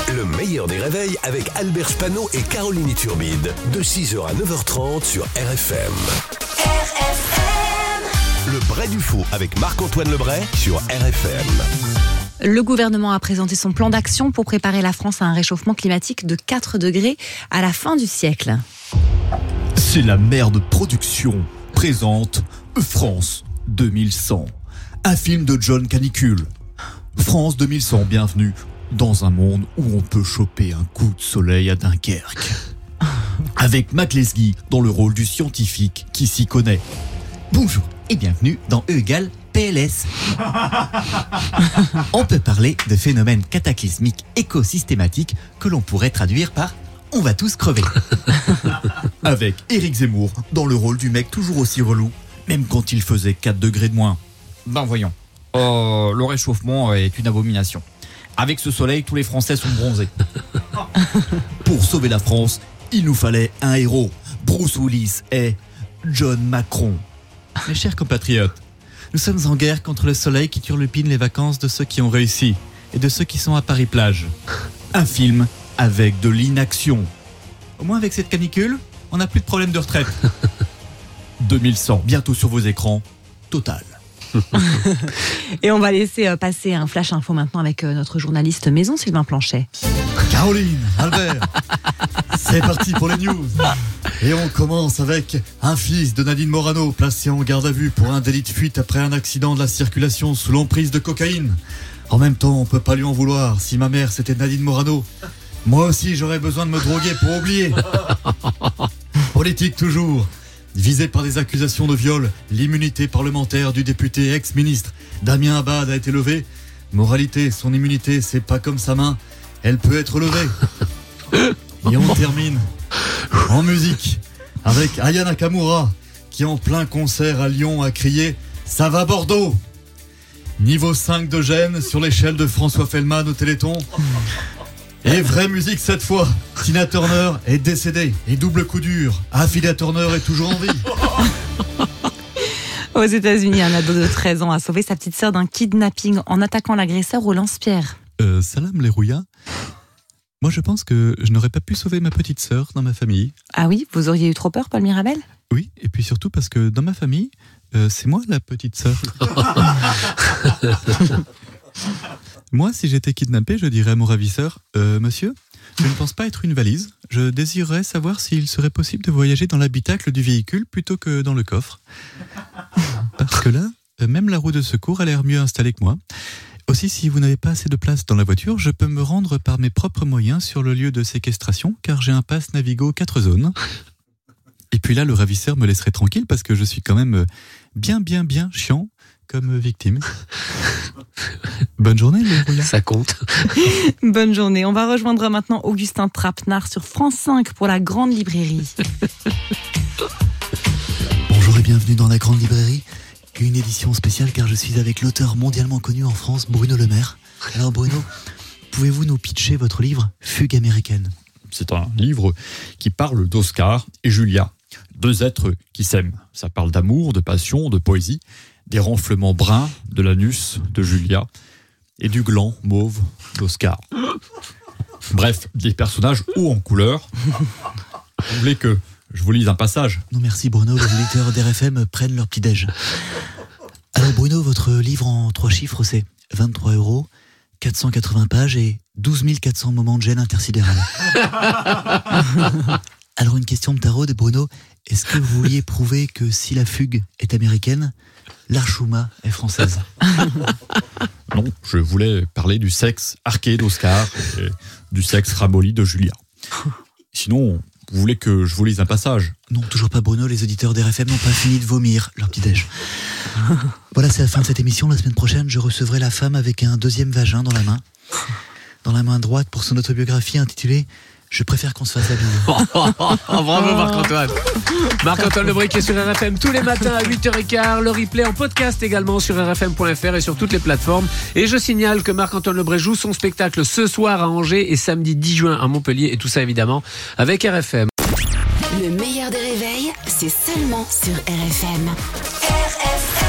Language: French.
Le meilleur des réveils avec Albert Spano et Caroline Turbide. De 6h à 9h30 sur RFM. Le Bray du Faux avec Marc-Antoine Lebray sur RFM. Le gouvernement a présenté son plan d'action pour préparer la France à un réchauffement climatique de 4 degrés à la fin du siècle. C'est la merde production présente France 2100. Un film de John Canicule. France 2100, bienvenue dans un monde où on peut choper un coup de soleil à Dunkerque. Avec Mac Lesguy dans le rôle du scientifique qui s'y connaît. Bonjour et bienvenue dans E = PLS. On peut parler de phénomènes cataclysmiques écosystématiques que l'on pourrait traduire par « on va tous crever ». Avec Éric Zemmour dans le rôle du mec toujours aussi relou, même quand il faisait 4 degrés de moins. Ben voyons, le réchauffement est une abomination. Avec ce soleil, tous les Français sont bronzés. Pour sauver la France, il nous fallait un héros. Bruce Willis et John Macron. Mes chers compatriotes, nous sommes en guerre contre le soleil qui turlupine les vacances de ceux qui ont réussi et de ceux qui sont à Paris-Plage. Un film avec de l'inaction. Au moins avec cette canicule, on n'a plus de problème de retraite. 2100, bientôt sur vos écrans. Total. Et on va laisser passer un flash info maintenant avec notre journaliste maison Sylvain Planchet. Caroline, Albert, c'est parti pour les news. Et on commence avec un fils de Nadine Morano placé en garde à vue pour un délit de fuite après un accident de la circulation sous l'emprise de cocaïne. En même temps, on peut pas lui en vouloir. Si ma mère c'était Nadine Morano, moi aussi j'aurais besoin de me droguer pour oublier. Politique toujours. Visé par des accusations de viol, l'immunité parlementaire du député ex-ministre Damien Abad a été levée. Moralité, son immunité, c'est pas comme sa main, elle peut être levée. Et on termine en musique avec Aya Nakamura qui en plein concert à Lyon a crié « Ça va Bordeaux !» Niveau 5 de gêne sur l'échelle de François Fellman au Téléthon. Et vraie musique cette fois, Tina Turner est décédée et double coup dur, Affida Turner est toujours en vie. Aux États-Unis, un ado de 13 ans a sauvé sa petite sœur d'un kidnapping en attaquant l'agresseur au lance-pierre. Salam les rouillas. Moi je pense que je n'aurais pas pu sauver ma petite sœur dans ma famille. Ah oui, vous auriez eu trop peur, Paul Mirabel ? Oui, et puis surtout parce que dans ma famille, c'est moi la petite sœur. Moi, si j'étais kidnappé, je dirais à mon ravisseur « Monsieur, je ne pense pas être une valise. Je désirerais savoir s'il serait possible de voyager dans l'habitacle du véhicule plutôt que dans le coffre. Parce que là, même la roue de secours a l'air mieux installée que moi. Aussi, si vous n'avez pas assez de place dans la voiture, je peux me rendre par mes propres moyens sur le lieu de séquestration, car j'ai un pass Navigo 4 zones. Et puis là, le ravisseur me laisserait tranquille parce que je suis quand même bien chiant comme victime. Bonne journée, les rouillards. Ça compte. Bonne journée. On va rejoindre maintenant Augustin Trapenard sur France 5 pour la Grande Librairie. Bonjour et bienvenue dans la Grande Librairie. Une édition spéciale car je suis avec l'auteur mondialement connu en France, Bruno Le Maire. Alors Bruno, pouvez-vous nous pitcher votre livre Fugue américaine ? C'est un livre qui parle d'Oscar et Julia, 2 êtres qui s'aiment. Ça parle d'amour, de passion, de poésie, des renflements bruns de l'anus de Julia et du gland mauve d'Oscar. Bref, des personnages hauts en couleur. Vous voulez que je vous lise un passage ? Non merci Bruno, les auditeurs d'RFM prennent leur petit-déj. Alors Bruno, votre livre en 3 chiffres, c'est 23 €, 480 pages et 12 400 moments de gêne intersidérale. Alors une question de tarot de Bruno, est-ce que vous vouliez prouver que si la fugue est américaine, l'Archuma est française ? Non, je voulais parler du sexe arqué d'Oscar et du sexe ramolli de Julia. Sinon, vous voulez que je vous lise un passage ? Non, toujours pas Bruno, les auditeurs d'RFM n'ont pas fini de vomir leur petit-déj. Voilà, c'est la fin de cette émission. La semaine prochaine, je recevrai la femme avec un 2e vagin dans la main. Dans la main droite pour son autobiographie intitulée « Je préfère qu'on se fasse la bise ». Bravo Marc-Antoine. Marc-Antoine Lebray qui est sur RFM tous les matins à 8h15. Le replay en podcast également sur rfm.fr et sur toutes les plateformes. Et je signale que Marc-Antoine Lebray joue son spectacle ce soir à Angers et samedi 10 juin à Montpellier. Et tout ça évidemment avec RFM. Le meilleur des réveils, c'est seulement sur RFM. RFM.